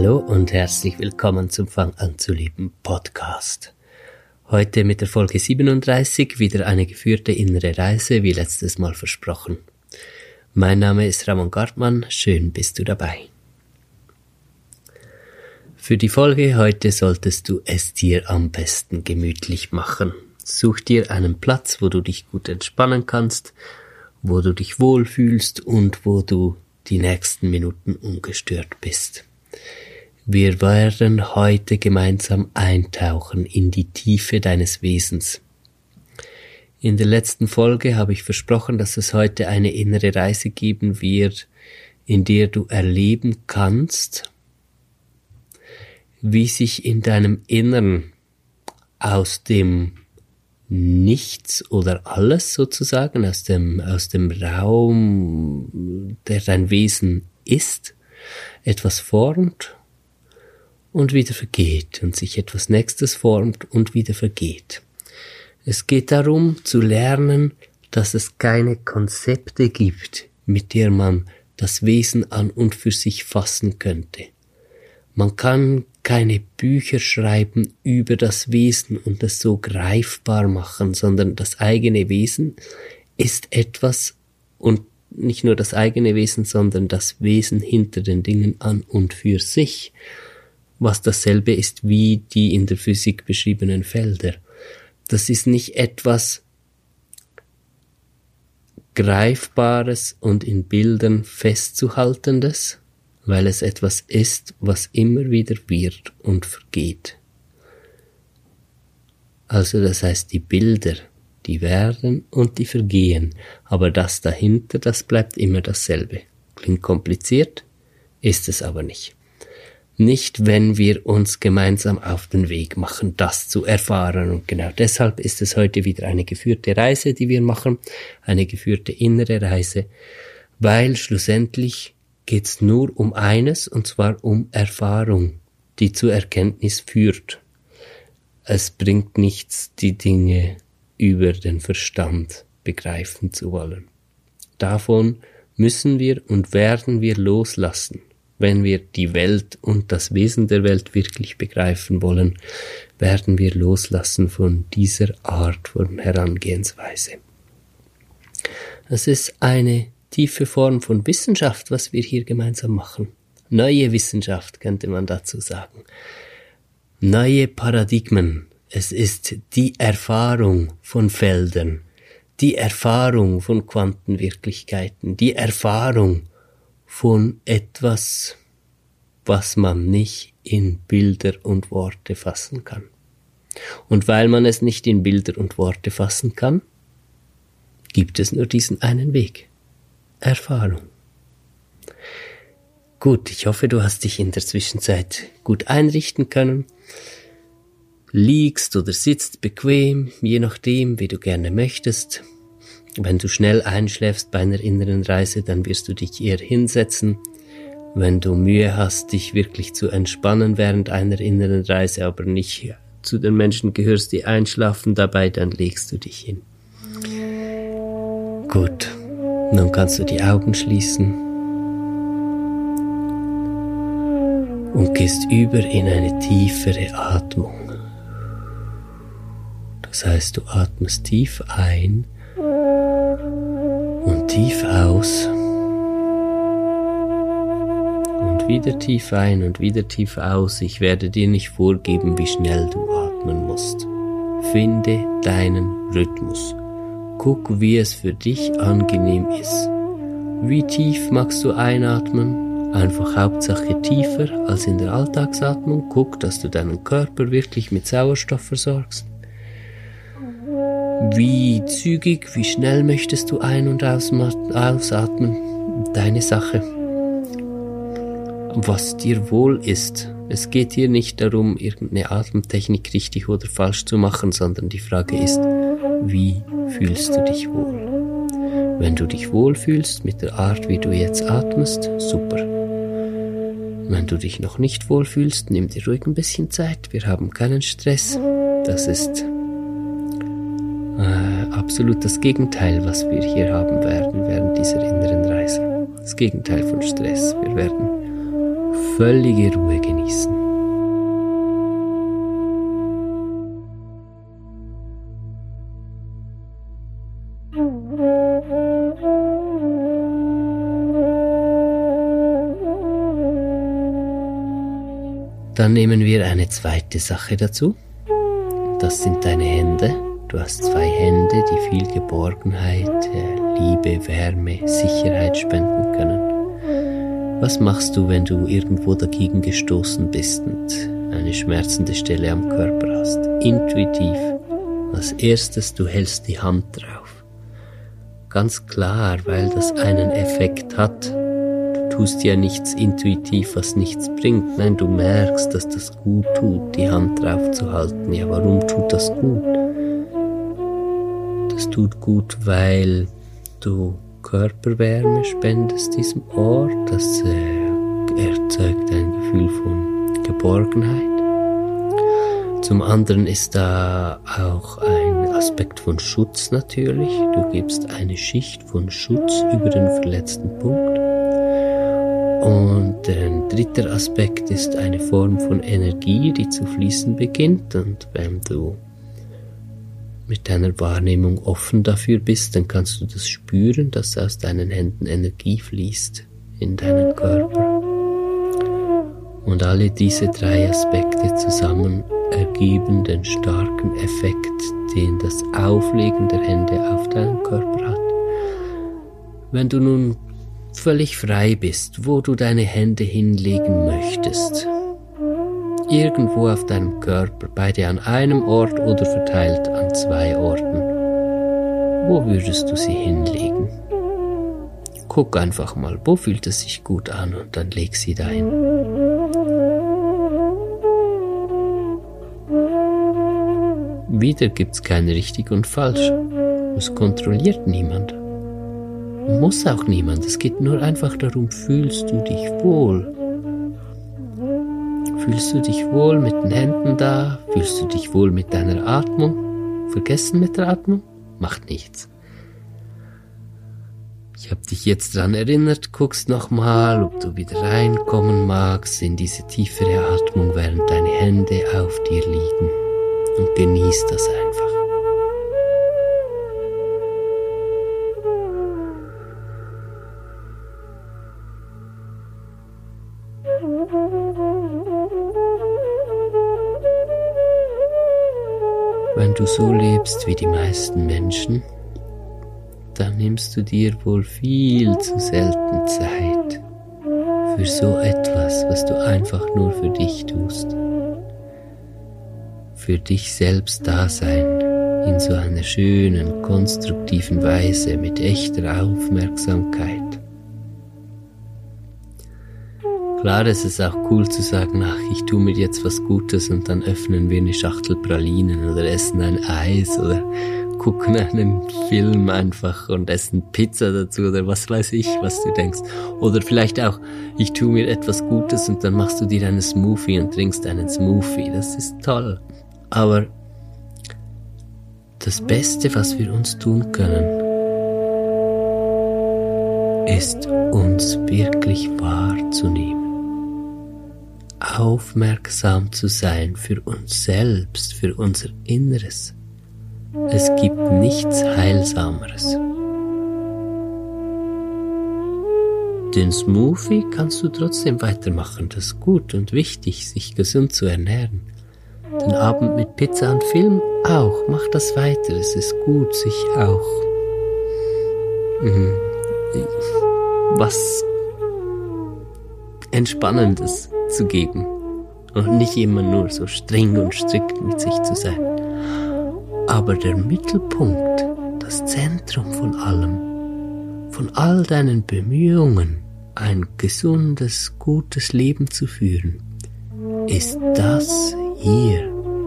Hallo und herzlich willkommen zum Fang an zu leben Podcast. Heute mit der Folge 37 wieder eine geführte innere Reise, wie letztes Mal versprochen. Mein Name ist Ramon Gartmann, schön bist du dabei. Für die Folge heute solltest du es dir am besten gemütlich machen. Such dir einen Platz, wo du dich gut entspannen kannst, wo du dich wohlfühlst und wo du die nächsten Minuten ungestört bist. Wir werden heute gemeinsam eintauchen in die Tiefe deines Wesens. In der letzten Folge habe ich versprochen, dass es heute eine innere Reise geben wird, in der du erleben kannst, wie sich in deinem Innern aus dem Nichts oder alles sozusagen, aus dem Raum, der dein Wesen ist, etwas formt und wieder vergeht und sich etwas Nächstes formt und wieder vergeht. Es geht darum zu lernen, dass es keine Konzepte gibt, mit der man das Wesen an und für sich fassen könnte. Man kann keine Bücher schreiben über das Wesen und es so greifbar machen, sondern das eigene Wesen ist etwas und nicht nur das eigene Wesen, sondern das Wesen hinter den Dingen an und für sich, was dasselbe ist wie die in der Physik beschriebenen Felder. Das ist nicht etwas Greifbares und in Bildern festzuhaltendes, weil es etwas ist, was immer wieder wird und vergeht. Also das heißt, die Bilder, die werden und die vergehen, aber das dahinter, das bleibt immer dasselbe. Klingt kompliziert, ist es aber nicht. Nicht, wenn wir uns gemeinsam auf den Weg machen, das zu erfahren. Und genau deshalb ist es heute wieder eine geführte Reise, die wir machen, eine geführte innere Reise, weil schlussendlich geht's nur um eines, und zwar um Erfahrung, die zur Erkenntnis führt. Es bringt nichts, die Dinge über den Verstand begreifen zu wollen. Davon müssen wir und werden wir loslassen, wenn wir die Welt und das Wesen der Welt wirklich begreifen wollen, werden wir loslassen von dieser Art von Herangehensweise. Es ist eine tiefe Form von Wissenschaft, was wir hier gemeinsam machen. Neue Wissenschaft könnte man dazu sagen. Neue Paradigmen. Es ist die Erfahrung von Feldern, die Erfahrung von Quantenwirklichkeiten, die Erfahrung von etwas, was man nicht in Bilder und Worte fassen kann. Und weil man es nicht in Bilder und Worte fassen kann, gibt es nur diesen einen Weg. Erfahrung. Gut, ich hoffe, du hast dich in der Zwischenzeit gut einrichten können. Liegst oder sitzt bequem, je nachdem, wie du gerne möchtest. Wenn du schnell einschläfst bei einer inneren Reise, dann wirst du dich eher hinsetzen. Wenn du Mühe hast, dich wirklich zu entspannen während einer inneren Reise, aber nicht zu den Menschen gehörst, die einschlafen dabei, dann legst du dich hin. Gut. Nun kannst du die Augen schließen und gehst über in eine tiefere Atmung. Das heißt, du atmest tief ein und tief aus und wieder tief ein und wieder tief aus. Ich werde dir nicht vorgeben, wie schnell du atmen musst. Finde deinen Rhythmus. Guck, wie es für dich angenehm ist. Wie tief magst du einatmen? Einfach Hauptsache tiefer als in der Alltagsatmung. Guck, dass du deinen Körper wirklich mit Sauerstoff versorgst. Wie zügig, wie schnell möchtest du ein- und ausatmen? Deine Sache. Was dir wohl ist. Es geht hier nicht darum, irgendeine Atemtechnik richtig oder falsch zu machen, sondern die Frage ist, wie fühlst du dich wohl? Wenn du dich wohlfühlst mit der Art, wie du jetzt atmest, super. Wenn du dich noch nicht wohlfühlst, nimm dir ruhig ein bisschen Zeit. Wir haben keinen Stress. Das ist absolut das Gegenteil, was wir hier haben werden während dieser inneren Reise. Das Gegenteil von Stress. Wir werden völlige Ruhe genießen. Dann nehmen wir eine zweite Sache dazu. Das sind deine Hände. Du hast 2 Hände, die viel Geborgenheit, Liebe, Wärme, Sicherheit spenden können. Was machst du, wenn du irgendwo dagegen gestoßen bist und eine schmerzende Stelle am Körper hast? Intuitiv. Als erstes, du hältst die Hand drauf. Ganz klar, weil das einen Effekt hat. Du tust ja nichts intuitiv, was nichts bringt. Nein, du merkst, dass das gut tut, die Hand drauf zu halten. Ja, warum tut das gut? Das tut gut, weil du Körperwärme spendest diesem Ort. Das erzeugt ein Gefühl von Geborgenheit. Zum anderen ist da auch ein Aspekt von Schutz natürlich. Du gibst eine Schicht von Schutz über den verletzten Punkt. Und ein dritter Aspekt ist eine Form von Energie, die zu fließen beginnt. Und wenn du mit deiner Wahrnehmung offen dafür bist, dann kannst du das spüren, dass aus deinen Händen Energie fließt in deinen Körper. Und alle diese 3 Aspekte zusammen ergeben den starken Effekt, den das Auflegen der Hände auf deinen Körper hat. Wenn du nun völlig frei bist, wo du deine Hände hinlegen möchtest, irgendwo auf deinem Körper, beide an einem Ort oder verteilt an 2 Orten, wo würdest du sie hinlegen? Guck einfach mal, wo fühlt es sich gut an und dann leg sie dahin. Wieder gibt's kein richtig und falsch. Es kontrolliert niemand. Muss auch niemand. Es geht nur einfach darum, fühlst du dich wohl? Fühlst du dich wohl mit den Händen da? Fühlst du dich wohl mit deiner Atmung? Vergessen mit der Atmung? Macht nichts. Ich habe dich jetzt daran erinnert, guckst nochmal, ob du wieder reinkommen magst in diese tiefere Atmung, während deine Hände auf dir liegen. Und genieß das einfach. Wenn du so lebst wie die meisten Menschen, dann nimmst du dir wohl viel zu selten Zeit für so etwas, was du einfach nur für dich tust. Für dich selbst da sein, in so einer schönen, konstruktiven Weise, mit echter Aufmerksamkeit. Klar ist es auch cool zu sagen, ach, ich tue mir jetzt was Gutes und dann öffnen wir eine Schachtel Pralinen oder essen ein Eis oder gucken einen Film einfach und essen Pizza dazu oder was weiß ich, was du denkst. Oder vielleicht auch, ich tue mir etwas Gutes und dann machst du dir einen Smoothie und trinkst einen Smoothie. Das ist toll. Aber das Beste, was wir uns tun können, ist, uns wirklich wahrzunehmen. Aufmerksam zu sein für uns selbst, für unser Inneres. Es gibt nichts Heilsameres. Den Smoothie kannst du trotzdem weitermachen. Das ist gut und wichtig, sich gesund zu ernähren. Den Abend mit Pizza und Film auch. Mach das weiter. Es ist gut, sich auch was Entspannendes zu geben. Und nicht immer nur so streng und strikt mit sich zu sein. Aber der Mittelpunkt, das Zentrum von allem, von all deinen Bemühungen, ein gesundes, gutes Leben zu führen, ist das hier.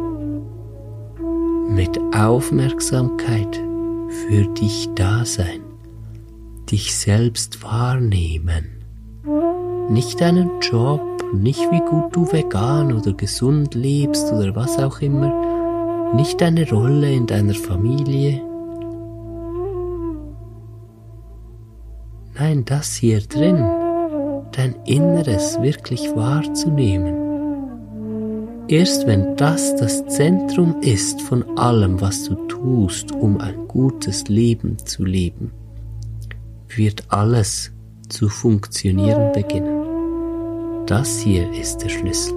Mit Aufmerksamkeit für dich da sein, dich selbst wahrnehmen. Nicht deinen Job, nicht wie gut du vegan oder gesund lebst oder was auch immer, nicht deine Rolle in deiner Familie. Nein, das hier drin, dein Inneres wirklich wahrzunehmen. Erst wenn das Zentrum ist von allem, was du tust, um ein gutes Leben zu leben, wird alles zu funktionieren beginnen. Das hier ist der Schlüssel.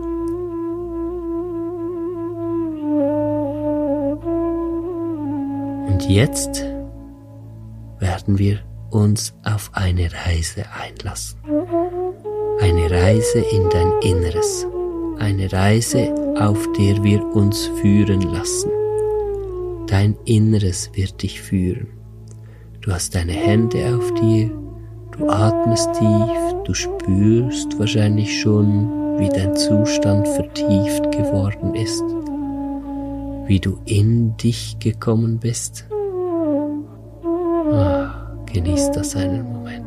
Und jetzt werden wir uns auf eine Reise einlassen. Eine Reise in dein Inneres. Eine Reise, auf der wir uns führen lassen. Dein Inneres wird dich führen. Du hast deine Hände auf dir, du atmest tief, du spürst wahrscheinlich schon, wie dein Zustand vertieft geworden ist, wie du in dich gekommen bist. Genieß das einen Moment.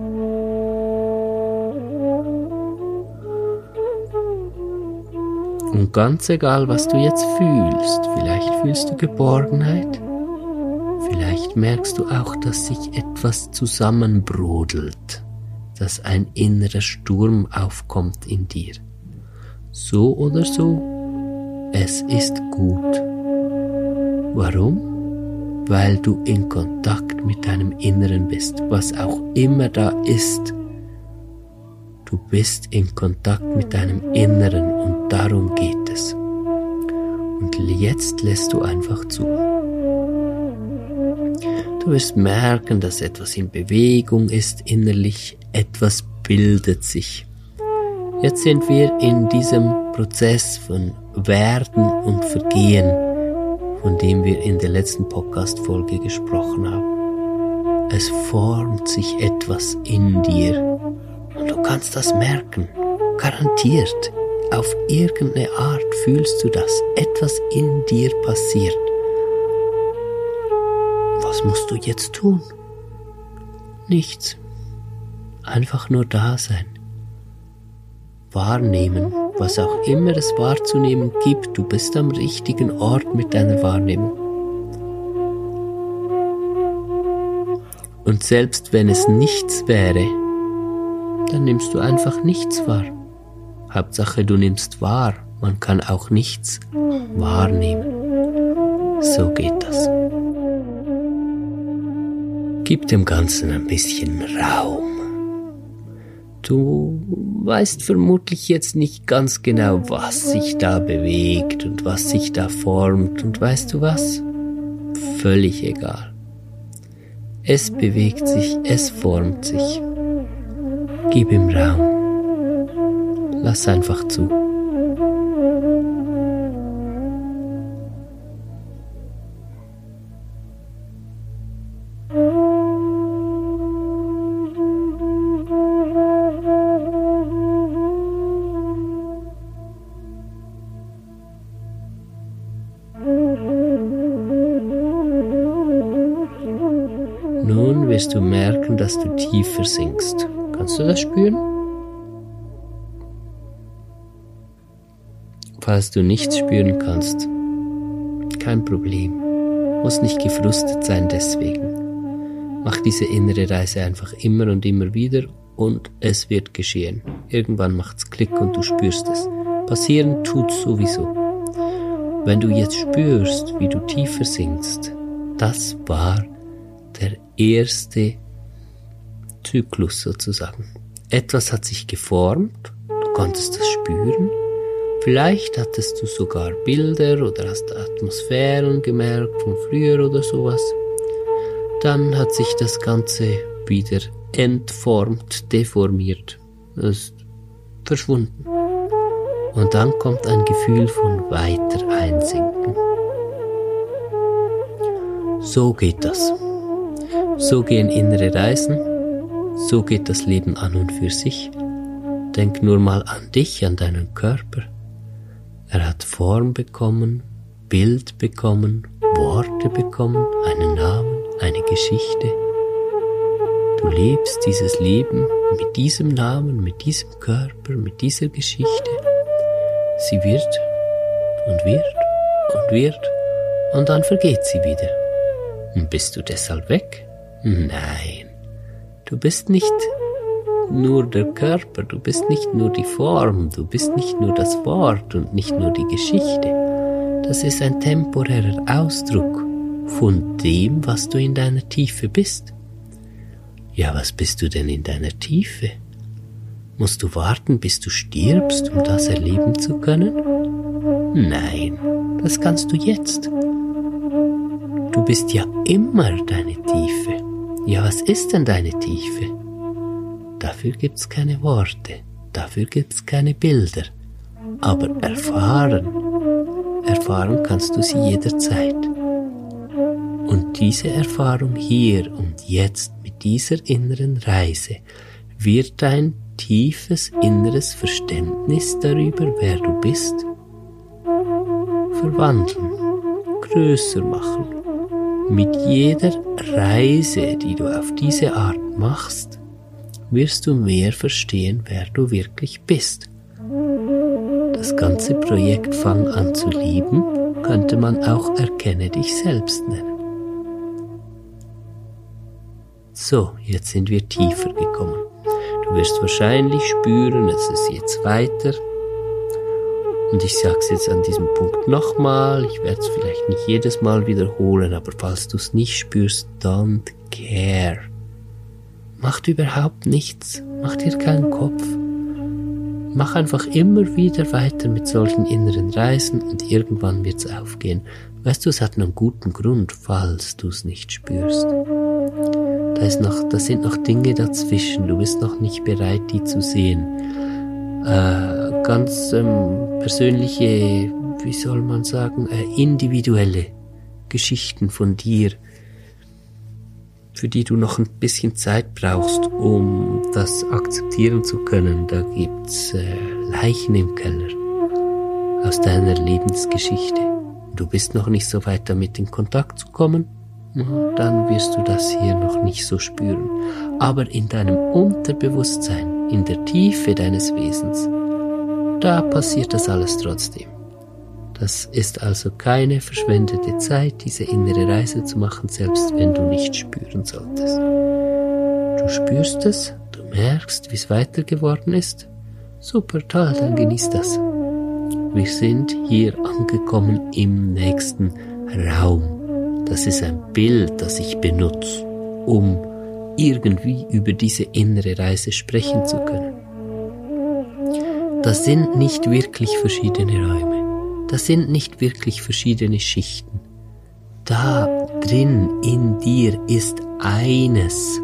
Und ganz egal, was du jetzt fühlst, vielleicht fühlst du Geborgenheit, vielleicht merkst du auch, dass sich etwas zusammenbrodelt, dass ein innerer Sturm aufkommt in dir. So oder so, es ist gut. Warum? Weil du in Kontakt mit deinem Inneren bist, was auch immer da ist. Du bist in Kontakt mit deinem Inneren und darum geht es. Und jetzt lässt du einfach zu. Du wirst merken, dass etwas in Bewegung ist innerlich, etwas bildet sich. Jetzt sind wir in diesem Prozess von Werden und Vergehen, von dem wir in der letzten Podcast-Folge gesprochen haben. Es formt sich etwas in dir. Und du kannst das merken, garantiert. Auf irgendeine Art fühlst du das. Etwas in dir passiert. Was musst du jetzt tun? Nichts. Einfach nur da sein. Wahrnehmen, was auch immer es wahrzunehmen gibt. Du bist am richtigen Ort mit deiner Wahrnehmung. Und selbst wenn es nichts wäre, dann nimmst du einfach nichts wahr. Hauptsache, du nimmst wahr. Man kann auch nichts wahrnehmen. So geht das. Gib dem Ganzen ein bisschen Raum. Du weißt vermutlich jetzt nicht ganz genau, was sich da bewegt und was sich da formt. Und weißt du was? Völlig egal. Es bewegt sich, es formt sich. Gib ihm Raum. Lass einfach zu. Nun wirst du merken, dass du tiefer sinkst. Kannst du das spüren? Falls du nichts spüren kannst, kein Problem. Muss nicht gefrustet sein deswegen. Mach diese innere Reise einfach immer und immer wieder und es wird geschehen. Irgendwann macht's Klick und du spürst es. Passieren tut's sowieso. Wenn du jetzt spürst, wie du tiefer sinkst, das war der erste Zyklus sozusagen. Etwas hat sich geformt, du konntest das spüren. Vielleicht hattest du sogar Bilder oder hast Atmosphären gemerkt von früher oder sowas. Dann hat sich das Ganze wieder entformt, deformiert, ist verschwunden. Und dann kommt ein Gefühl von weiter einsinken. So geht das. So gehen innere Reisen. So geht das Leben an und für sich. Denk nur mal an dich, an deinen Körper. Er hat Form bekommen, Bild bekommen, Worte bekommen, einen Namen, eine Geschichte. Du lebst dieses Leben mit diesem Namen, mit diesem Körper, mit dieser Geschichte. Sie wird und wird und wird und dann vergeht sie wieder. Und bist du deshalb weg? Nein, du bist nicht nur der Körper, du bist nicht nur die Form, du bist nicht nur das Wort und nicht nur die Geschichte. Das ist ein temporärer Ausdruck von dem, was du in deiner Tiefe bist. Ja, was bist du denn in deiner Tiefe? Musst du warten, bis du stirbst, um das erleben zu können? Nein, das kannst du jetzt. Du bist ja immer deine Tiefe. Ja, was ist denn deine Tiefe? Dafür gibt's keine Worte, dafür gibt's keine Bilder. Aber erfahren kannst du sie jederzeit. Und diese Erfahrung hier und jetzt mit dieser inneren Reise wird dein tiefes inneres Verständnis darüber, wer du bist, verwandeln, größer machen. Mit jeder Reise, die du auf diese Art machst, wirst du mehr verstehen, wer du wirklich bist. Das ganze Projekt Fang an zu lieben, könnte man auch Erkenne dich selbst nennen. So, jetzt sind wir tiefer gekommen. Du wirst wahrscheinlich spüren, es ist jetzt weiter. Und ich sage es jetzt an diesem Punkt nochmal. Ich werde es vielleicht nicht jedes Mal wiederholen, aber falls du es nicht spürst, don't care. Mach überhaupt nichts. Mach dir keinen Kopf. Mach einfach immer wieder weiter mit solchen inneren Reisen und irgendwann wird es aufgehen. Weißt du, es hat einen guten Grund, falls du es nicht spürst. Da sind noch Dinge dazwischen. Du bist noch nicht bereit, die zu sehen. Ganz persönliche, wie soll man sagen, individuelle Geschichten von dir, für die du noch ein bisschen Zeit brauchst, um das akzeptieren zu können. Da gibt's Leichen im Keller aus deiner Lebensgeschichte. Du bist noch nicht so weit damit in Kontakt zu kommen, dann wirst du das hier noch nicht so spüren. Aber in deinem Unterbewusstsein, in der Tiefe deines Wesens, da passiert das alles trotzdem. Das ist also keine verschwendete Zeit, diese innere Reise zu machen, selbst wenn du nicht spüren solltest. Du spürst es, du merkst, wie es weiter geworden ist. Super, toll, dann genieß das. Wir sind hier angekommen im nächsten Raum. Das ist ein Bild, das ich benutze, um irgendwie über diese innere Reise sprechen zu können. Das sind nicht wirklich verschiedene Räume. Das sind nicht wirklich verschiedene Schichten. Da drin in dir ist eines,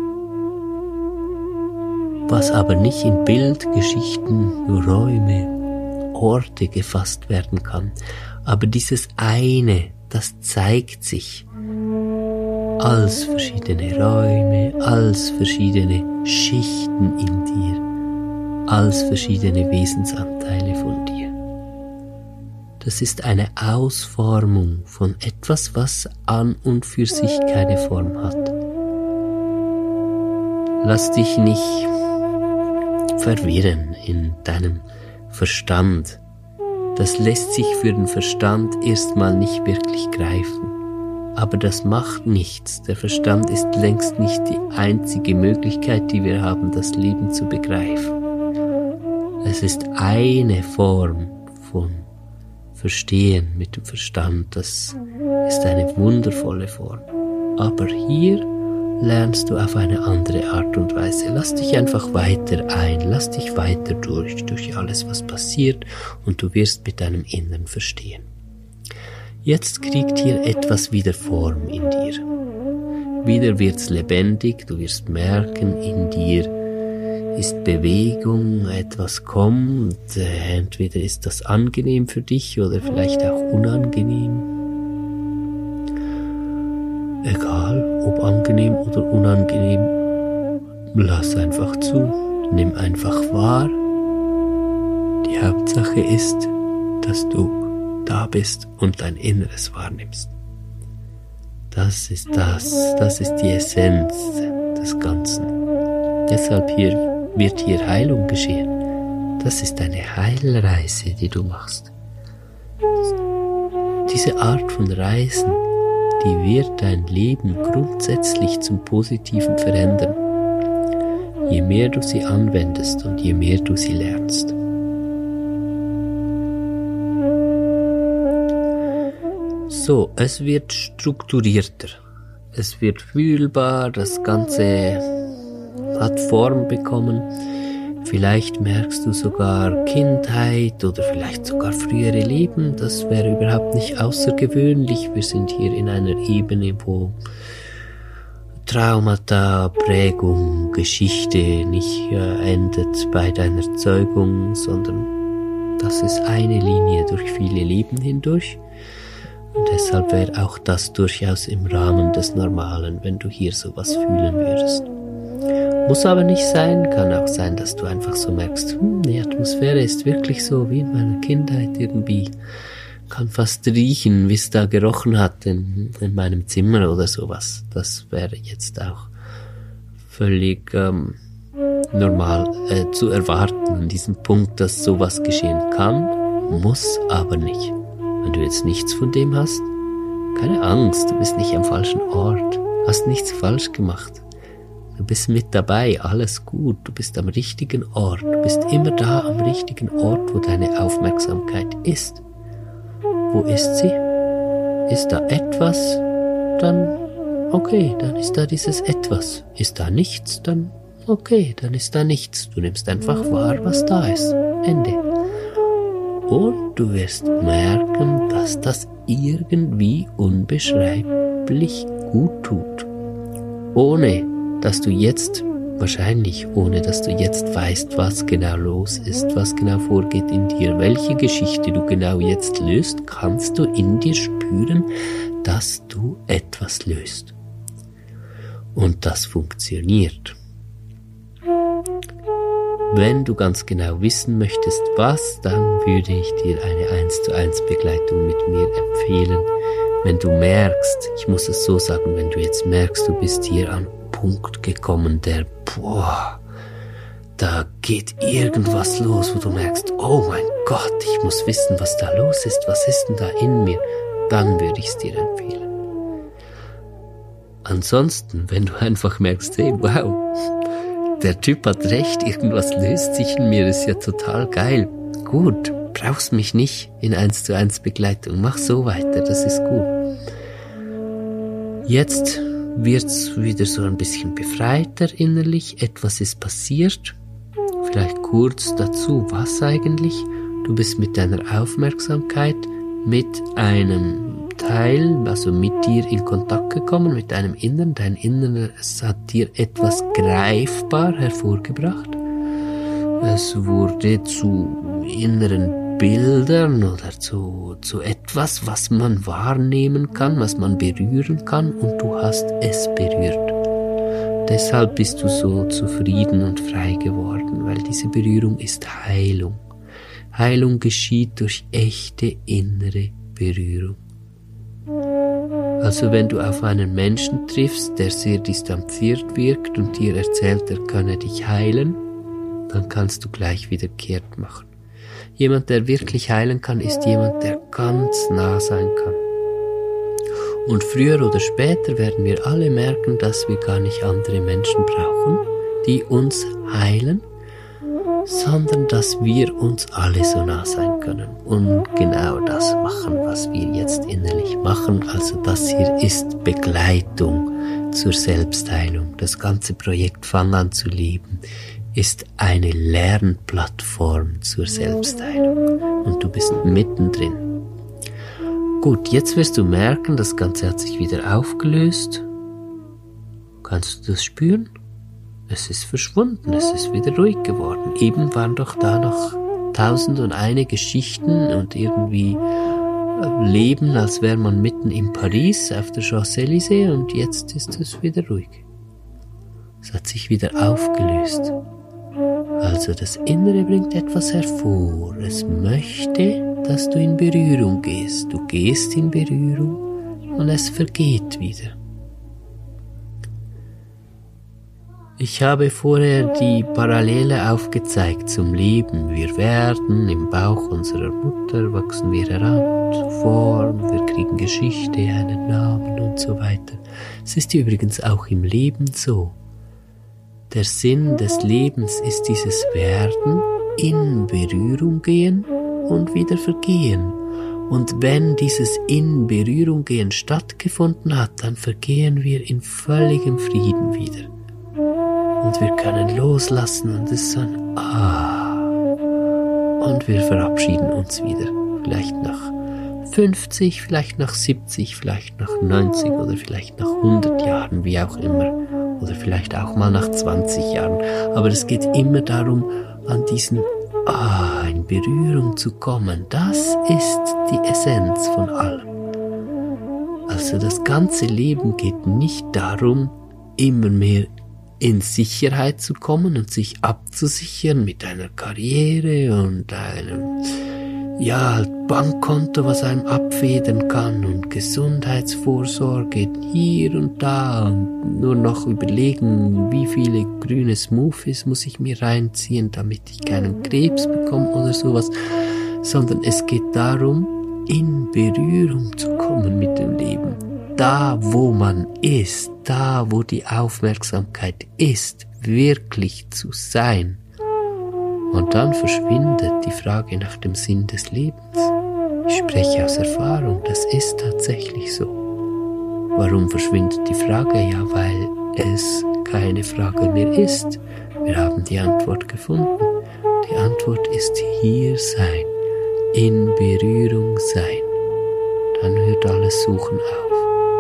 was aber nicht in Bild, Geschichten, Räume, Orte gefasst werden kann. Aber dieses eine, das zeigt sich als verschiedene Räume, als verschiedene Schichten in dir, als verschiedene Wesensanteile von dir. Das ist eine Ausformung von etwas, was an und für sich keine Form hat. Lass dich nicht verwirren in deinem Verstand. Das lässt sich für den Verstand erstmal nicht wirklich greifen. Aber das macht nichts. Der Verstand ist längst nicht die einzige Möglichkeit, die wir haben, das Leben zu begreifen. Es ist eine Form von Verstehen mit dem Verstand. Das ist eine wundervolle Form. Aber hier lernst du auf eine andere Art und Weise. Lass dich einfach weiter ein, lass dich weiter durch alles, was passiert, und du wirst mit deinem Inneren verstehen. Jetzt kriegt hier etwas wieder Form in dir. Wieder wird's lebendig, du wirst merken, in dir ist Bewegung, etwas kommt, entweder ist das angenehm für dich oder vielleicht auch unangenehm. Egal, ob angenehm oder unangenehm, lass einfach zu, nimm einfach wahr. Die Hauptsache ist, dass du da bist und dein Inneres wahrnimmst. Das ist die Essenz des Ganzen. Deshalb wird hier Heilung geschehen. Das ist eine Heilreise, die du machst. Diese Art von Reisen, die wird dein Leben grundsätzlich zum Positiven verändern. je mehr du sie anwendest und je mehr du sie lernst. So, es wird strukturierter, es wird fühlbar, das Ganze hat Form bekommen. Vielleicht merkst du sogar Kindheit oder vielleicht sogar frühere Leben. Das wäre überhaupt nicht außergewöhnlich. Wir sind hier in einer Ebene, wo Traumata, Prägung, Geschichte nicht endet bei deiner Zeugung, sondern das ist eine Linie durch viele Leben hindurch. Und deshalb wäre auch das durchaus im Rahmen des Normalen, wenn du hier sowas fühlen würdest. Muss aber nicht sein, kann auch sein, dass du einfach so merkst, die Atmosphäre ist wirklich so wie in meiner Kindheit irgendwie. Kann fast riechen, wie es da gerochen hat in meinem Zimmer oder sowas. Das wäre jetzt auch völlig normal zu erwarten an diesem Punkt, dass sowas geschehen kann, muss aber nicht. Wenn du jetzt nichts von dem hast, keine Angst, du bist nicht am falschen Ort, hast nichts falsch gemacht. Du bist mit dabei, alles gut, du bist am richtigen Ort, du bist immer da am richtigen Ort, wo deine Aufmerksamkeit ist. Wo ist sie? Ist da etwas? Dann okay, dann ist da dieses Etwas. Ist da nichts? Dann okay, dann ist da nichts. Du nimmst einfach wahr, was da ist. Ende. Und du wirst merken, dass das irgendwie unbeschreiblich gut tut. Ohne dass du jetzt weißt, was genau los ist, was genau vorgeht in dir, welche Geschichte du genau jetzt löst, kannst du in dir spüren, dass du etwas löst. Und das funktioniert. Wenn du ganz genau wissen möchtest, was, dann würde ich dir eine 1:1 Begleitung mit mir empfehlen. Wenn du merkst, ich muss es so sagen, wenn du jetzt merkst, du bist hier an Punkt gekommen, da geht irgendwas los, wo du merkst, oh mein Gott, ich muss wissen, was da los ist, was ist denn da in mir, dann würde ich es dir empfehlen. Ansonsten, wenn du einfach merkst, hey, wow, der Typ hat recht, irgendwas löst sich in mir, ist ja total geil, gut, brauchst mich nicht in 1:1 Begleitung, mach so weiter, das ist gut. Jetzt wird's wieder so ein bisschen befreiter innerlich, etwas ist passiert. Vielleicht kurz dazu, was eigentlich? Du bist mit deiner Aufmerksamkeit mit einem Teil, also mit dir in Kontakt gekommen, mit deinem Inneren. Dein Inneres hat dir etwas greifbar hervorgebracht. Es wurde zu inneren Bildern oder zu etwas, was man wahrnehmen kann, was man berühren kann, und du hast es berührt. Deshalb bist du so zufrieden und frei geworden, weil diese Berührung ist Heilung. Heilung geschieht durch echte innere Berührung. Also wenn du auf einen Menschen triffst, der sehr distanziert wirkt und dir erzählt, er könne dich heilen, dann kannst du gleich wieder kehrt machen. Jemand, der wirklich heilen kann, ist jemand, der ganz nah sein kann. Und früher oder später werden wir alle merken, dass wir gar nicht andere Menschen brauchen, die uns heilen, sondern dass wir uns alle so nah sein können und genau das machen, was wir jetzt innerlich machen. Also das hier ist Begleitung zur Selbstheilung. Das ganze Projekt Fang an zu leben ist eine Lernplattform zur Selbstheilung und du bist mittendrin. Gut, jetzt wirst du merken, das Ganze hat sich wieder aufgelöst. Kannst du das spüren? Es ist verschwunden, es ist wieder ruhig geworden. Eben waren doch da noch 1001 Geschichten und irgendwie Leben, als wäre man mitten in Paris auf der Champs-Élysées, und jetzt ist es wieder ruhig. Es hat sich wieder aufgelöst. Also das Innere bringt etwas hervor. Es möchte, dass du in Berührung gehst. Du gehst in Berührung und es vergeht wieder. Ich habe vorher die Parallele aufgezeigt zum Leben. Wir werden im Bauch unserer Mutter, wachsen wir heran zu Form, wir kriegen Geschichte, einen Namen und so weiter. Es ist übrigens auch im Leben so. Der Sinn des Lebens ist dieses Werden, in Berührung gehen und wieder vergehen. Und wenn dieses in Berührung gehen stattgefunden hat, dann vergehen wir in völligem Frieden wieder. Und wir können loslassen und es ist so ein und wir verabschieden uns wieder. Vielleicht nach 50, vielleicht nach 70, vielleicht nach 90 oder vielleicht nach 100 Jahren, wie auch immer. Oder vielleicht auch mal nach 20 Jahren. Aber es geht immer darum, an diesen in Berührung zu kommen. Das ist die Essenz von allem. Also das ganze Leben geht nicht darum, immer mehr in Sicherheit zu kommen und sich abzusichern mit einer Karriere und einem Bankkonto, was einem abfedern kann und Gesundheitsvorsorge hier und da und nur noch überlegen, wie viele grüne Smoothies muss ich mir reinziehen, damit ich keinen Krebs bekomme oder sowas, sondern es geht darum, in Berührung zu kommen mit dem Leben. Da, wo man ist, da, wo die Aufmerksamkeit ist, wirklich zu sein. Und dann verschwindet die Frage nach dem Sinn des Lebens. Ich spreche aus Erfahrung, das ist tatsächlich so. Warum verschwindet die Frage? Ja, weil es keine Frage mehr ist. Wir haben die Antwort gefunden. Die Antwort ist hier sein, in Berührung sein. Dann hört alles Suchen auf.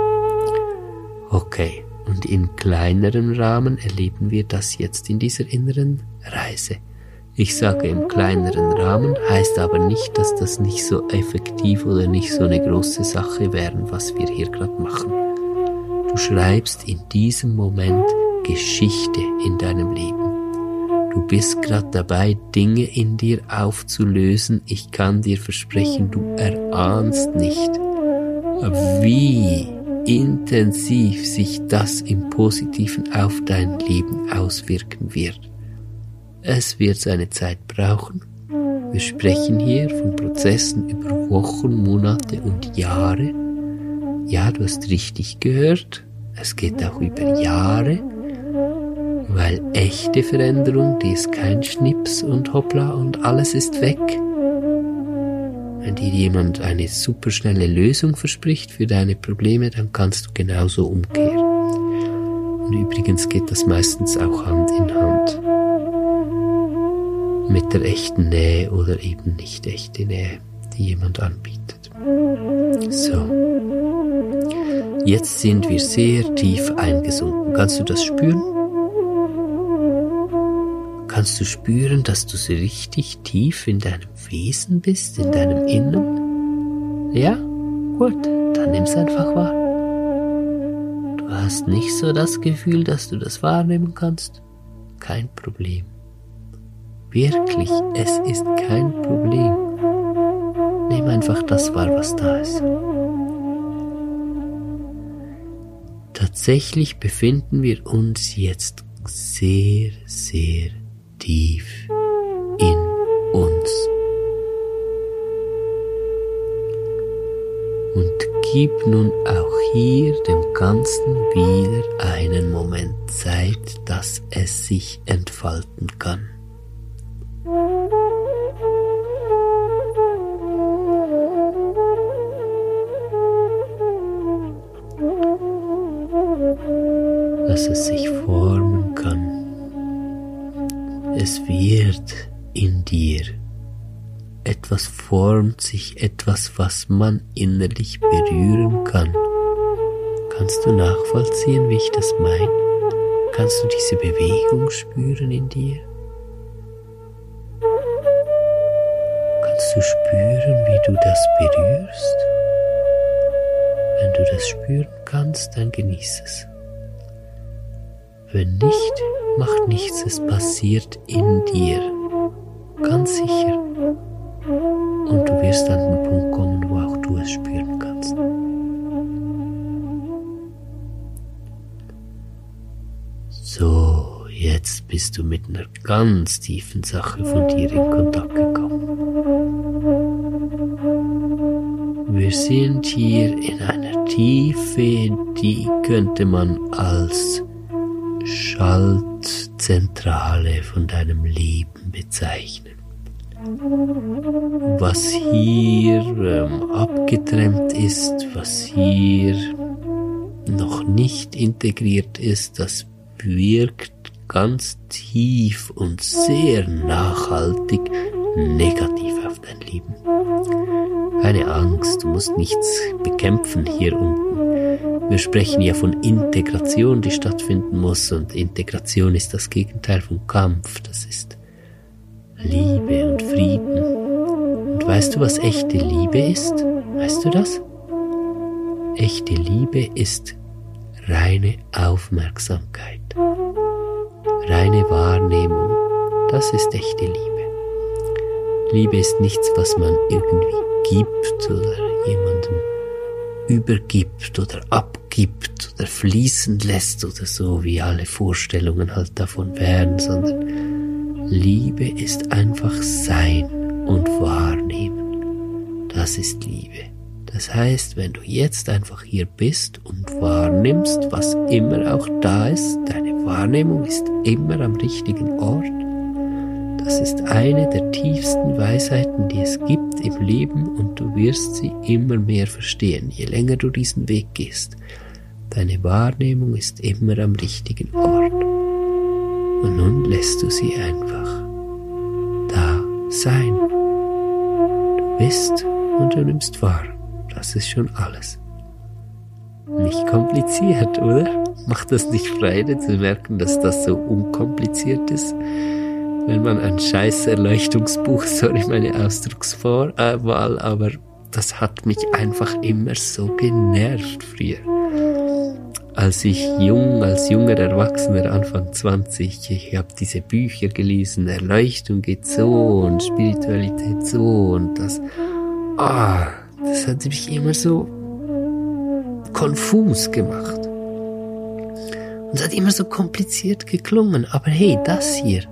Okay, und in kleinerem Rahmen erleben wir das jetzt in dieser inneren Reise. Ich sage im kleineren Rahmen, heißt aber nicht, dass das nicht so effektiv oder nicht so eine große Sache wäre, was wir hier gerade machen. Du schreibst in diesem Moment Geschichte in deinem Leben. Du bist gerade dabei, Dinge in dir aufzulösen. Ich kann dir versprechen, du erahnst nicht, wie intensiv sich das im Positiven auf dein Leben auswirken wird. Es wird seine Zeit brauchen. Wir sprechen hier von Prozessen über Wochen, Monate und Jahre. Ja, du hast richtig gehört. Es geht auch über Jahre, weil echte Veränderung, die ist kein Schnips und hoppla und alles ist weg. Wenn dir jemand eine superschnelle Lösung verspricht für deine Probleme, dann kannst du genauso umkehren. Und übrigens geht das meistens auch Hand in Hand mit der echten Nähe oder eben nicht echte Nähe, die jemand anbietet. So, jetzt sind wir sehr tief eingesunken. Kannst du das spüren? Kannst du spüren, dass du so richtig tief in deinem Wesen bist, in deinem Innern? Ja? Gut, dann nimm's einfach wahr. Du hast nicht so das Gefühl, dass du das wahrnehmen kannst? Kein Problem. Wirklich, es ist kein Problem. Nimm einfach das wahr, was da ist. Tatsächlich befinden wir uns jetzt sehr, sehr tief in uns. Und gib nun auch hier dem Ganzen wieder einen Moment Zeit, dass es sich entfalten kann. Dass es sich formen kann. Es wird in dir. Etwas formt sich, etwas, was man innerlich berühren kann. Kannst du nachvollziehen, wie ich das meine? Kannst du diese Bewegung spüren in dir? Kannst du spüren, wie du das berührst? Wenn du das spüren kannst, dann genieß es. Wenn nicht, macht nichts, es passiert in dir. Ganz sicher. Und du wirst an den Punkt kommen, wo auch du es spüren kannst. So, jetzt bist du mit einer ganz tiefen Sache von dir in Kontakt gekommen. Wir sind hier in einer Tiefe, die könnte man als Schaltzentrale Zentrale von deinem Leben bezeichnen. Was hier abgetrennt ist, was hier noch nicht integriert ist, das wirkt ganz tief und sehr nachhaltig negativ auf dein Leben. Keine Angst, du musst nichts bekämpfen hier unten. Wir sprechen ja von Integration, die stattfinden muss, und Integration ist das Gegenteil von Kampf. Das ist Liebe und Frieden. Und weißt du, was echte Liebe ist? Weißt du das? Echte Liebe ist reine Aufmerksamkeit, reine Wahrnehmung. Das ist echte Liebe. Liebe ist nichts, was man irgendwie gibt oder jemandem übergibt oder abgibt oder fließen lässt oder so, wie alle Vorstellungen halt davon wären, sondern Liebe ist einfach Sein und Wahrnehmen. Das ist Liebe. Das heißt, wenn du jetzt einfach hier bist und wahrnimmst, was immer auch da ist, deine Wahrnehmung ist immer am richtigen Ort. Das ist eine der tiefsten Weisheiten, die es gibt im Leben, und du wirst sie immer mehr verstehen, je länger du diesen Weg gehst. Deine Wahrnehmung ist immer am richtigen Ort. Und nun lässt du sie einfach da sein. Du bist und du nimmst wahr. Das ist schon alles. Nicht kompliziert, oder? Macht das nicht Freude zu merken, dass das so unkompliziert ist? Wenn man ein scheiß Erleuchtungsbuch, sorry meine Ausdruckswahl, aber das hat mich einfach immer so genervt früher. Als junger Erwachsener, Anfang 20, ich habe diese Bücher gelesen, Erleuchtung geht so und Spiritualität so, und das hat mich immer so konfus gemacht. Und es hat immer so kompliziert geklungen, aber hey, das hier,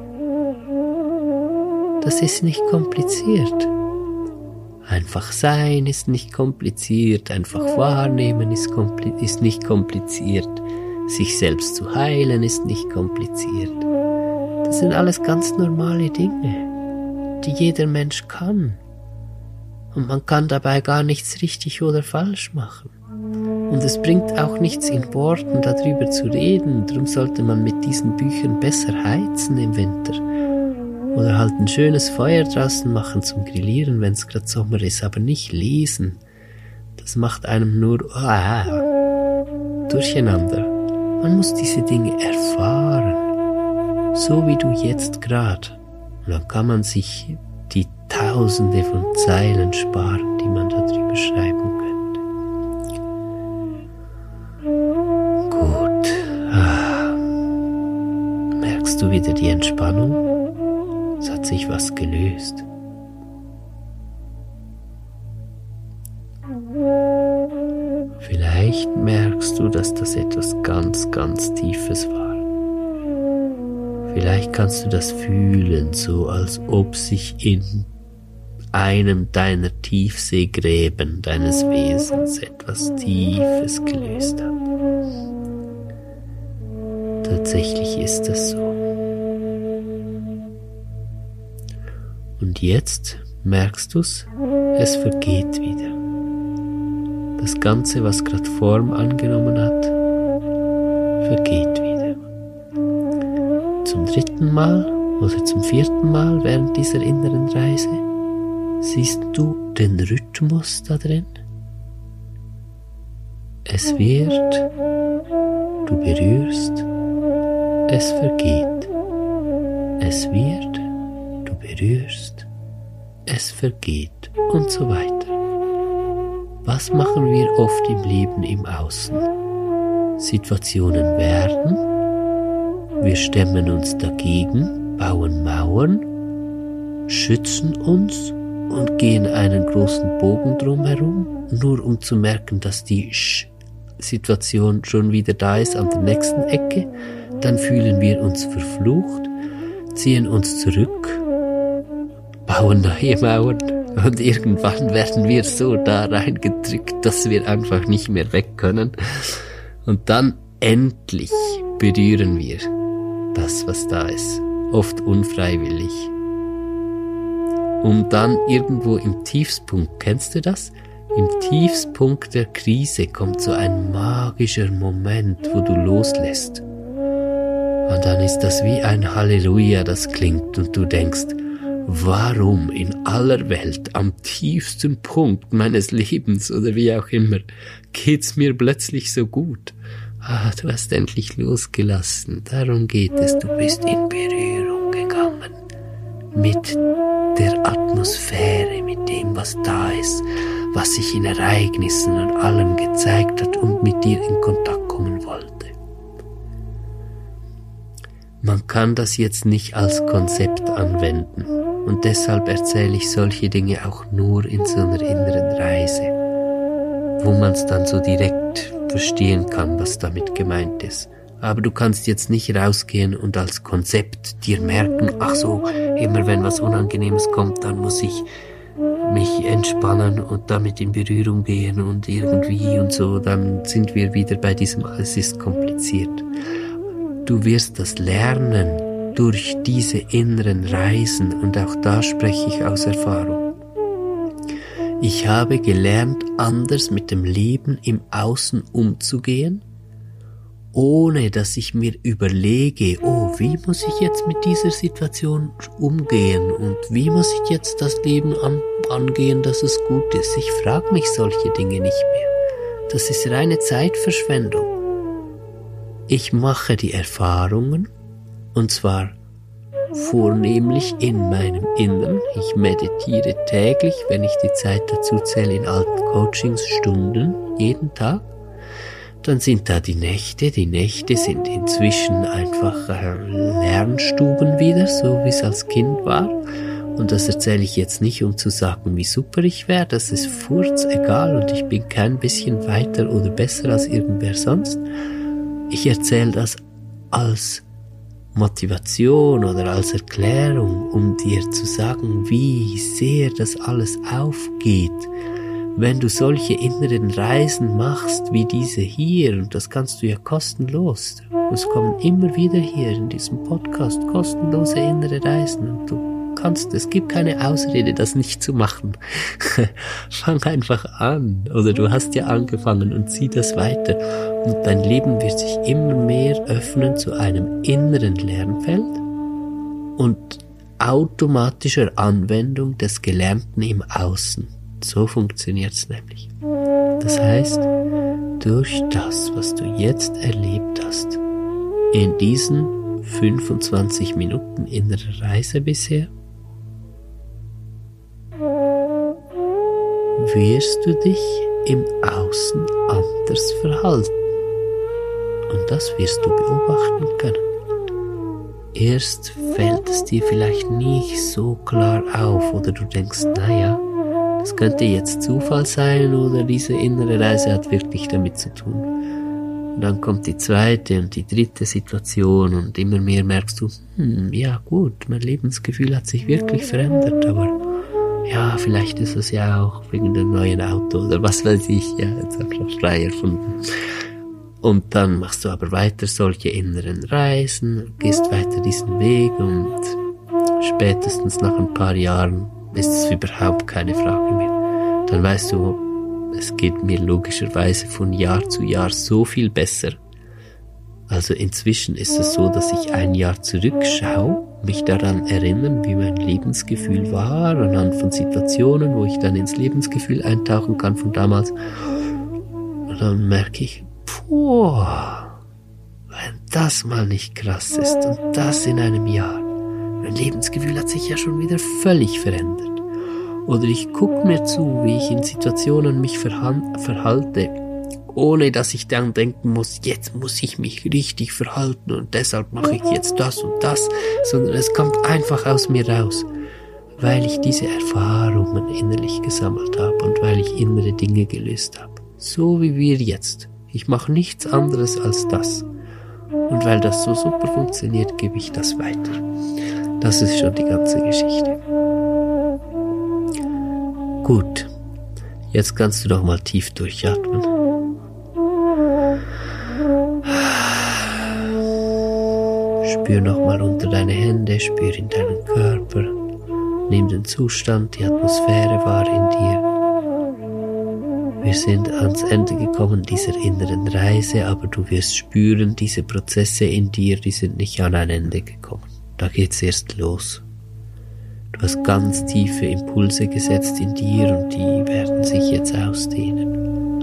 das ist nicht kompliziert. Einfach sein ist nicht kompliziert, einfach wahrnehmen ist nicht kompliziert, sich selbst zu heilen ist nicht kompliziert. Das sind alles ganz normale Dinge, die jeder Mensch kann. Und man kann dabei gar nichts richtig oder falsch machen. Und es bringt auch nichts in Worten darüber zu reden, darum sollte man mit diesen Büchern besser heizen im Winter. Oder halt ein schönes Feuer draußen machen zum Grillieren, wenn es gerade Sommer ist, aber nicht lesen. Das macht einem nur durcheinander. Man muss diese Dinge erfahren, so wie du jetzt gerade. Und dann kann man sich die Tausende von Zeilen sparen, die man darüber schreiben könnte. Gut. Merkst du wieder die Entspannung? Es hat sich was gelöst. Vielleicht merkst du, dass das etwas ganz, ganz Tiefes war. Vielleicht kannst du das fühlen, so als ob sich in einem deiner Tiefseegräben deines Wesens etwas Tiefes gelöst hat. Tatsächlich ist das so. Und jetzt merkst du's, es vergeht wieder. Das Ganze, was gerade Form angenommen hat, vergeht wieder. Zum 3. Mal oder zum 4. Mal während dieser inneren Reise siehst du den Rhythmus da drin. Es wird, du berührst, es vergeht. Es wird, du berührst, es vergeht und so weiter. Was machen wir oft im Leben im Außen? Situationen werden, wir stemmen uns dagegen, bauen Mauern, schützen uns und gehen einen großen Bogen drumherum, nur um zu merken, dass die Situation schon wieder da ist an der nächsten Ecke. Dann fühlen wir uns verflucht, ziehen uns zurück, bauen neue Mauern und irgendwann werden wir so da reingedrückt, dass wir einfach nicht mehr weg können. Und dann endlich berühren wir das, was da ist, oft unfreiwillig. Um dann irgendwo im Tiefspunkt, kennst du das? Im Tiefspunkt der Krise kommt so ein magischer Moment, wo du loslässt. Und dann ist das wie ein Halleluja, das klingt und du denkst, warum in aller Welt am tiefsten Punkt meines Lebens oder wie auch immer geht's mir plötzlich so gut? Du hast endlich losgelassen, darum geht es, du bist in Berührung gegangen mit der Atmosphäre, mit dem, was da ist, was sich in Ereignissen und allem gezeigt hat und mit dir in Kontakt kommen wollte. Man kann das jetzt nicht als Konzept anwenden und deshalb erzähle ich solche Dinge auch nur in so einer inneren Reise, wo man es dann so direkt verstehen kann, was damit gemeint ist. Aber du kannst jetzt nicht rausgehen und als Konzept dir merken, ach so, immer wenn was Unangenehmes kommt, dann muss ich mich entspannen und damit in Berührung gehen und irgendwie und so, dann sind wir wieder bei diesem, es ist kompliziert. Du wirst das lernen durch diese inneren Reisen und auch da spreche ich aus Erfahrung. Ich habe gelernt, anders mit dem Leben im Außen umzugehen, ohne dass ich mir überlege, oh, wie muss ich jetzt mit dieser Situation umgehen und wie muss ich jetzt das Leben angehen, dass es gut ist. Ich frage mich solche Dinge nicht mehr. Das ist reine Zeitverschwendung. Ich mache die Erfahrungen und zwar vornehmlich in meinem Innern. Ich meditiere täglich, wenn ich die Zeit dazu zähle, in alten Coachingsstunden, jeden Tag. Dann sind da die Nächte. Die Nächte sind inzwischen einfach Lernstuben wieder, so wie es als Kind war. Und das erzähle ich jetzt nicht, um zu sagen, wie super ich wäre. Das ist furzegal und ich bin kein bisschen weiter oder besser als irgendwer sonst. Ich erzähle das als Motivation oder als Erklärung, um dir zu sagen, wie sehr das alles aufgeht, wenn du solche inneren Reisen machst wie diese hier, und das kannst du ja kostenlos. Es kommen immer wieder hier in diesem Podcast kostenlose innere Reisen und du kannst, es gibt keine Ausrede, das nicht zu machen. Fang einfach an, oder du hast ja angefangen und zieh das weiter und dein Leben wird sich immer mehr öffnen zu einem inneren Lernfeld und automatischer Anwendung des Gelernten im Außen. So funktioniert's nämlich. Das heißt, durch das, was du jetzt erlebt hast, in diesen 25 Minuten innerer Reise bisher, wirst du dich im Außen anders verhalten. Und das wirst du beobachten können. Erst fällt es dir vielleicht nicht so klar auf oder du denkst, naja, das könnte jetzt Zufall sein oder diese innere Reise hat wirklich damit zu tun. Und dann kommt die zweite und die dritte Situation und immer mehr merkst du, ja gut, mein Lebensgefühl hat sich wirklich verändert, aber ja, vielleicht ist es ja auch wegen dem neuen Auto oder was weiß ich, ja, jetzt einfach frei erfunden. Und dann machst du aber weiter solche inneren Reisen, gehst weiter diesen Weg und spätestens nach ein paar Jahren ist es überhaupt keine Frage mehr. Dann weißt du, es geht mir logischerweise von Jahr zu Jahr so viel besser. Also inzwischen ist es so, dass ich ein Jahr zurückschaue, mich daran erinnern, wie mein Lebensgefühl war, anhand von Situationen, wo ich dann ins Lebensgefühl eintauchen kann von damals. Und dann merke ich, wenn das mal nicht krass ist und das in einem Jahr. Mein Lebensgefühl hat sich ja schon wieder völlig verändert. Oder ich gucke mir zu, wie ich in Situationen mich verhalte, ohne dass ich dann denken muss, jetzt muss ich mich richtig verhalten und deshalb mache ich jetzt das und das, sondern es kommt einfach aus mir raus, weil ich diese Erfahrungen innerlich gesammelt habe und weil ich innere Dinge gelöst habe. So wie wir jetzt. Ich mache nichts anderes als das. Und weil das so super funktioniert, gebe ich das weiter. Das ist schon die ganze Geschichte. Gut, jetzt kannst du doch mal tief durchatmen. Spür nochmal unter deine Hände, spür in deinen Körper, nimm den Zustand, die Atmosphäre wahr in dir. Wir sind ans Ende gekommen dieser inneren Reise, aber du wirst spüren, diese Prozesse in dir, die sind nicht an ein Ende gekommen. Da geht's erst los. Du hast ganz tiefe Impulse gesetzt in dir und die werden sich jetzt ausdehnen.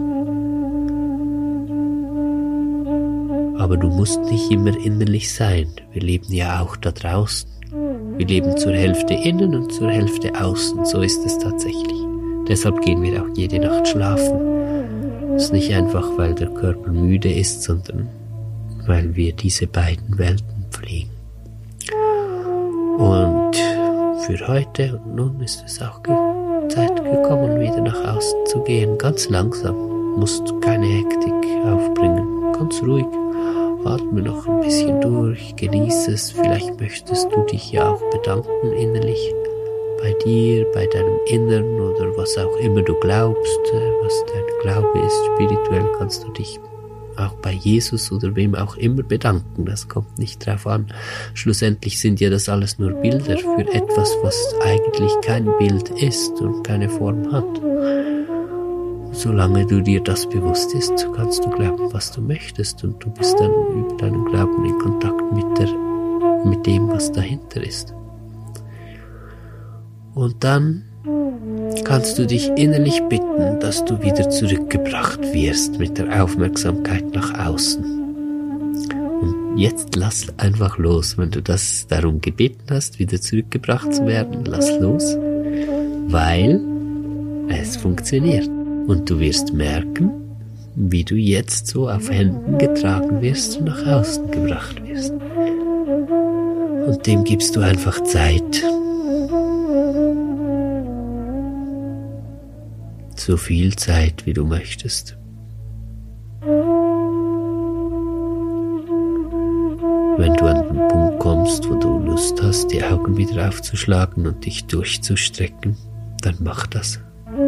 Aber du musst nicht immer innerlich sein. Wir leben ja auch da draußen. Wir leben zur Hälfte innen und zur Hälfte außen. So ist es tatsächlich. Deshalb gehen wir auch jede Nacht schlafen. Das ist nicht einfach, weil der Körper müde ist, sondern weil wir diese beiden Welten pflegen. Und für heute und nun ist es auch Zeit gekommen, wieder nach außen zu gehen. Ganz langsam, musst keine Hektik aufbringen. Ganz ruhig, atme noch ein bisschen durch, genieße es. Vielleicht möchtest du dich ja auch bedanken innerlich. Bei dir, bei deinem Innern oder was auch immer du glaubst, was dein Glaube ist, spirituell kannst du dich auch bei Jesus oder wem auch immer bedanken. Das kommt nicht drauf an. Schlussendlich sind ja das alles nur Bilder für etwas, was eigentlich kein Bild ist und keine Form hat. Solange du dir das bewusst ist, kannst du glauben, was du möchtest und du bist dann über deinen Glauben in Kontakt mit dem, was dahinter ist. Und dann kannst du dich innerlich bitten, dass du wieder zurückgebracht wirst mit der Aufmerksamkeit nach außen. Und jetzt lass einfach los. Wenn du das darum gebeten hast, wieder zurückgebracht zu werden, lass los, weil es funktioniert. Und du wirst merken, wie du jetzt so auf Händen getragen wirst und nach außen gebracht wirst. Und dem gibst du einfach Zeit. So viel Zeit, wie du möchtest. Wenn du an den Punkt kommst, wo du Lust hast, die Augen wieder aufzuschlagen und dich durchzustrecken, dann mach das.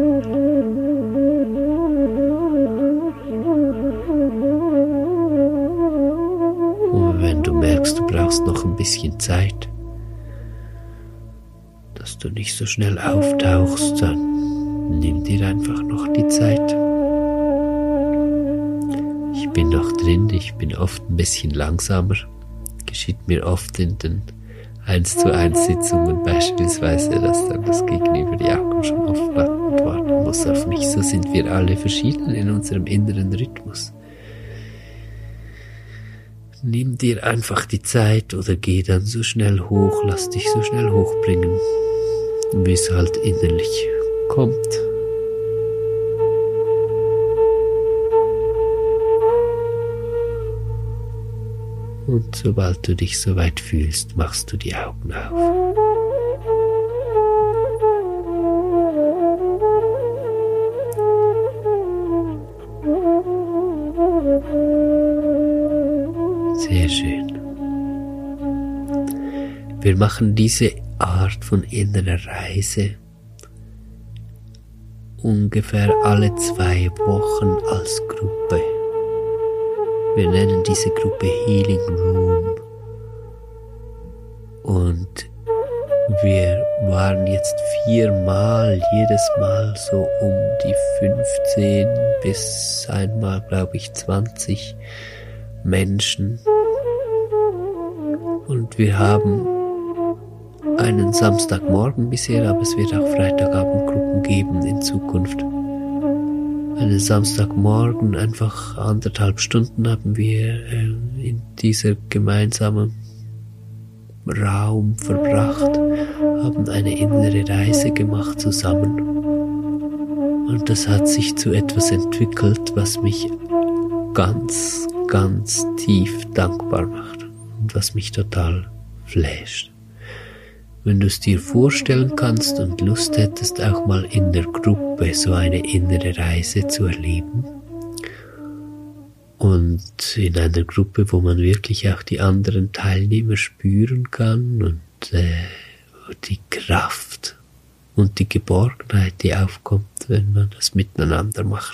Und wenn du merkst, du brauchst noch ein bisschen Zeit, dass du nicht so schnell auftauchst, dann nimm dir einfach noch die Zeit. Ich bin noch drin, ich bin oft ein bisschen langsamer. Geschieht mir oft in den 1:1 Sitzungen beispielsweise, dass dann das Gegenüber die Augen schon oft warten muss auf mich. So sind wir alle verschieden in unserem inneren Rhythmus. Nimm dir einfach die Zeit oder geh dann so schnell hoch, lass dich so schnell hochbringen, wie es halt innerlich kommt. Und sobald du dich soweit fühlst, machst du die Augen auf. Sehr schön. Wir machen diese Art von innerer Reise ungefähr alle 2 Wochen als Gruppe. Wir nennen diese Gruppe Healing Room. Und wir waren jetzt 4-mal, jedes Mal so um die 15 bis einmal, glaube ich, 20 Menschen. Und wir haben einen Samstagmorgen bisher, aber es wird auch Freitagabendgruppen geben in Zukunft. Einen Samstagmorgen, einfach 1,5 Stunden haben wir in dieser gemeinsamen Raum verbracht, haben eine innere Reise gemacht zusammen. Und das hat sich zu etwas entwickelt, was mich ganz, ganz tief dankbar macht und was mich total flasht. Wenn du es dir vorstellen kannst und Lust hättest, auch mal in der Gruppe so eine innere Reise zu erleben und in einer Gruppe, wo man wirklich auch die anderen Teilnehmer spüren kann und die Kraft und die Geborgenheit, die aufkommt, wenn man das miteinander macht,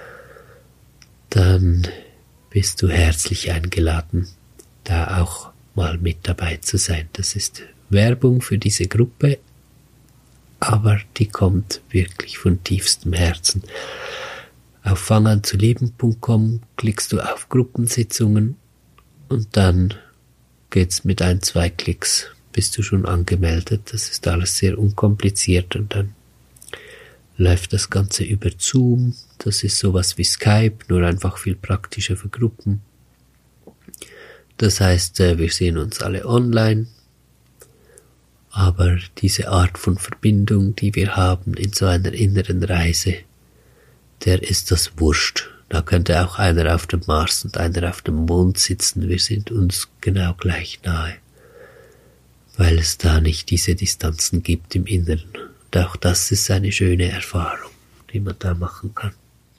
dann bist du herzlich eingeladen, da auch mal mit dabei zu sein. Das ist Werbung für diese Gruppe, aber die kommt wirklich von tiefstem Herzen. Auf fanganzuleben.com klickst du auf Gruppensitzungen und dann geht's mit 1-2 Klicks, bist du schon angemeldet. Das ist alles sehr unkompliziert und dann läuft das Ganze über Zoom. Das ist sowas wie Skype, nur einfach viel praktischer für Gruppen. Das heißt, wir sehen uns alle online, aber diese Art von Verbindung, die wir haben in so einer inneren Reise, der ist das wurscht. Da könnte auch einer auf dem Mars und einer auf dem Mond sitzen. Wir sind uns genau gleich nahe, weil es da nicht diese Distanzen gibt im Inneren. Und auch das ist eine schöne Erfahrung, die man da machen kann.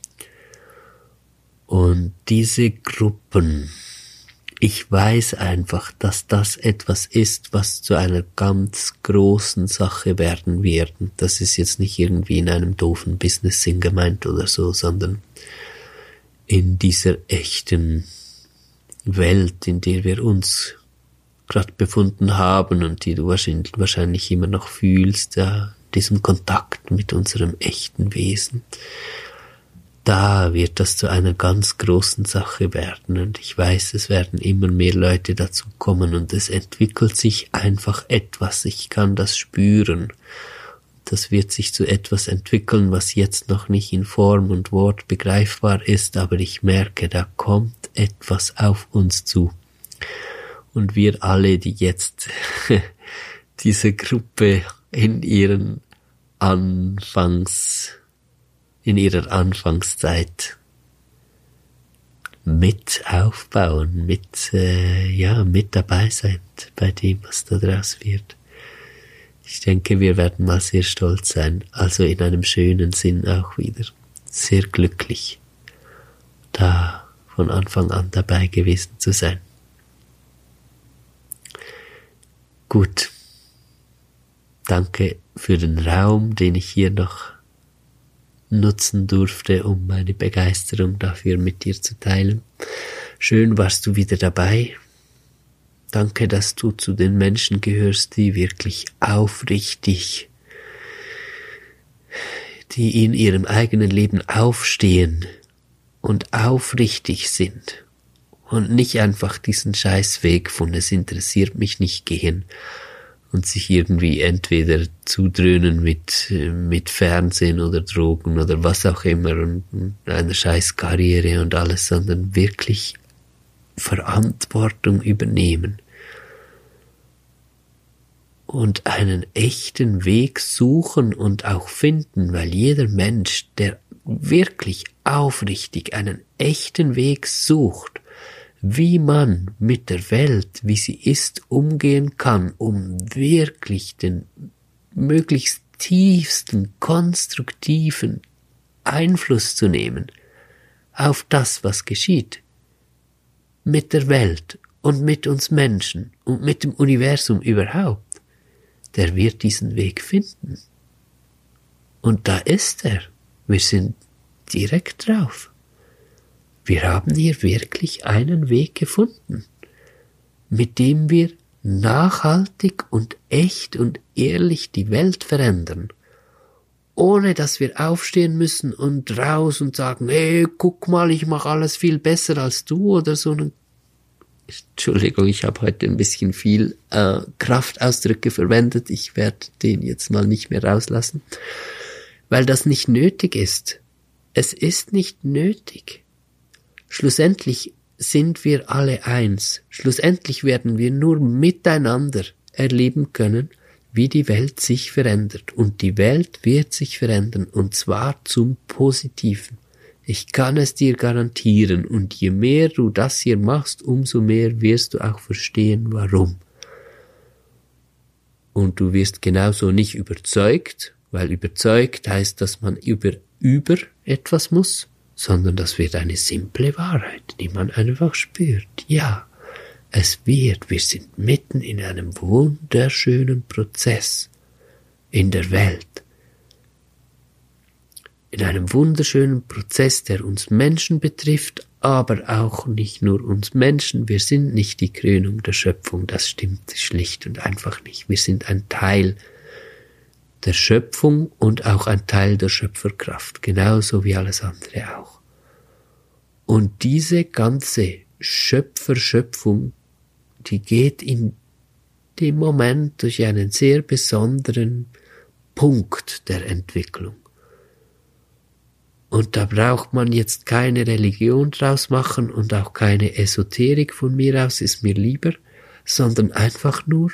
Und diese Gruppen, ich weiß einfach, dass das etwas ist, was zu einer ganz großen Sache werden wird. Das ist jetzt nicht irgendwie in einem doofen Business-Sinn gemeint oder so, sondern in dieser echten Welt, in der wir uns gerade befunden haben und die du wahrscheinlich immer noch fühlst, ja, diesem Kontakt mit unserem echten Wesen. Da wird das zu einer ganz großen Sache werden und ich weiß, es werden immer mehr Leute dazu kommen und es entwickelt sich einfach etwas, ich kann das spüren. Das wird sich zu etwas entwickeln, was jetzt noch nicht in Form und Wort begreifbar ist, aber ich merke, da kommt etwas auf uns zu. Und wir alle, die jetzt diese Gruppe in ihrer Anfangszeit mit aufbauen, mit dabei sein bei dem, was da draus wird. Ich denke, wir werden mal sehr stolz sein, also in einem schönen Sinn auch wieder. Sehr glücklich, da von Anfang an dabei gewesen zu sein. Gut. Danke für den Raum, den ich hier noch nutzen durfte, um meine Begeisterung dafür mit dir zu teilen. Schön warst du wieder dabei. Danke, dass du zu den Menschen gehörst, die wirklich aufrichtig, die in ihrem eigenen Leben aufstehen und aufrichtig sind und nicht einfach diesen Scheißweg von es interessiert mich nicht gehen und sich irgendwie entweder zudröhnen mit Fernsehen oder Drogen oder was auch immer und einer Scheißkarriere und alles, sondern wirklich Verantwortung übernehmen und einen echten Weg suchen und auch finden, weil jeder Mensch, der wirklich aufrichtig einen echten Weg sucht, wie man mit der Welt, wie sie ist, umgehen kann, um wirklich den möglichst tiefsten, konstruktiven Einfluss zu nehmen auf das, was geschieht, mit der Welt und mit uns Menschen und mit dem Universum überhaupt, der wird diesen Weg finden. Und da ist er. Wir sind direkt drauf. Wir haben hier wirklich einen Weg gefunden, mit dem wir nachhaltig und echt und ehrlich die Welt verändern, ohne dass wir aufstehen müssen und raus und sagen, hey, guck mal, ich mache alles viel besser als du oder so. Entschuldigung, ich habe heute ein bisschen viel Kraftausdrücke verwendet. Ich werde den jetzt mal nicht mehr rauslassen, weil das nicht nötig ist. Es ist nicht nötig. Schlussendlich sind wir alle eins. Schlussendlich werden wir nur miteinander erleben können, wie die Welt sich verändert. Und die Welt wird sich verändern, und zwar zum Positiven. Ich kann es dir garantieren, und je mehr du das hier machst, umso mehr wirst du auch verstehen, warum. Und du wirst genauso nicht überzeugt, weil überzeugt heißt, dass man über etwas muss, sondern das wird eine simple Wahrheit, die man einfach spürt. Ja, es wird, wir sind mitten in einem wunderschönen Prozess in der Welt. In einem wunderschönen Prozess, der uns Menschen betrifft, aber auch nicht nur uns Menschen. Wir sind nicht die Krönung der Schöpfung, das stimmt schlicht und einfach nicht. Wir sind ein Teil der Schöpfung und auch ein Teil der Schöpferkraft, genauso wie alles andere auch. Und diese ganze Schöpfung, die geht in dem Moment durch einen sehr besonderen Punkt der Entwicklung. Und da braucht man jetzt keine Religion draus machen und auch keine Esoterik von mir aus, ist mir lieber, sondern einfach nur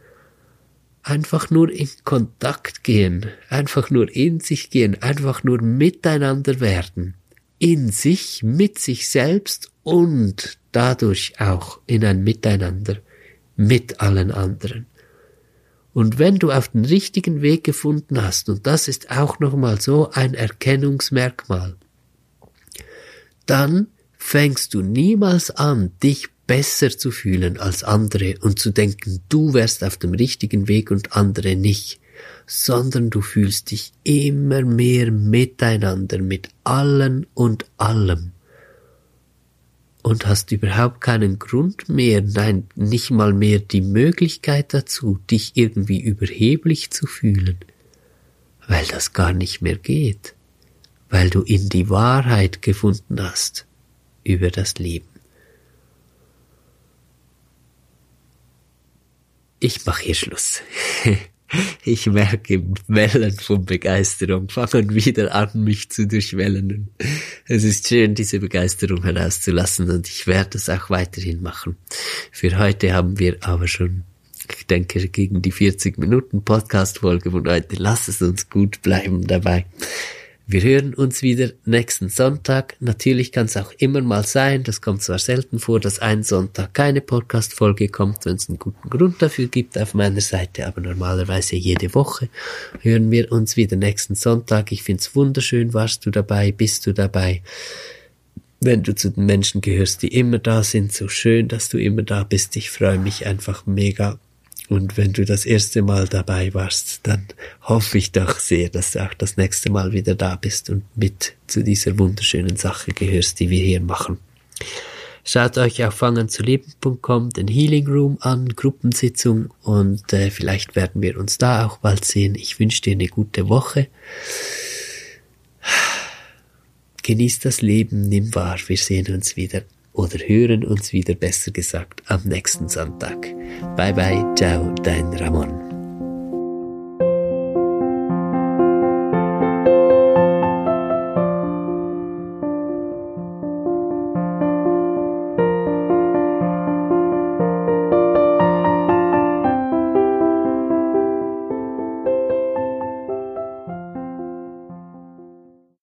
in Kontakt gehen, einfach nur in sich gehen, einfach nur miteinander werden, in sich, mit sich selbst und dadurch auch in ein Miteinander mit allen anderen. Und wenn du auf den richtigen Weg gefunden hast, und das ist auch nochmal so ein Erkennungsmerkmal, dann fängst du niemals an, dich besser zu fühlen als andere und zu denken, du wärst auf dem richtigen Weg und andere nicht, sondern du fühlst dich immer mehr miteinander, mit allen und allem. Und hast überhaupt keinen Grund mehr, nein, nicht mal mehr die Möglichkeit dazu, dich irgendwie überheblich zu fühlen, weil das gar nicht mehr geht, weil du in die Wahrheit gefunden hast über das Leben. Ich mache hier Schluss. Ich merke, Wellen von Begeisterung fangen wieder an, mich zu durchwellen. Es ist schön, diese Begeisterung herauszulassen und ich werde es auch weiterhin machen. Für heute haben wir aber schon, ich denke, gegen die 40 Minuten Podcast-Folge von heute. Lass es uns gut bleiben dabei. Wir hören uns wieder nächsten Sonntag. Natürlich kann es auch immer mal sein, das kommt zwar selten vor, dass ein Sonntag keine Podcast-Folge kommt, wenn es einen guten Grund dafür gibt auf meiner Seite, aber normalerweise jede Woche hören wir uns wieder nächsten Sonntag. Ich find's wunderschön, warst du dabei, bist du dabei. Wenn du zu den Menschen gehörst, die immer da sind, so schön, dass du immer da bist. Ich freue mich einfach mega. Und wenn du das erste Mal dabei warst, dann hoffe ich doch sehr, dass du auch das nächste Mal wieder da bist und mit zu dieser wunderschönen Sache gehörst, die wir hier machen. Schaut euch auf fanganzuleben.com den Healing Room an, Gruppensitzung und vielleicht werden wir uns da auch bald sehen. Ich wünsche dir eine gute Woche. Genieß das Leben, nimm wahr, wir sehen uns wieder. Oder hören uns wieder, besser gesagt, am nächsten Sonntag. Bye bye, ciao, dein Ramon.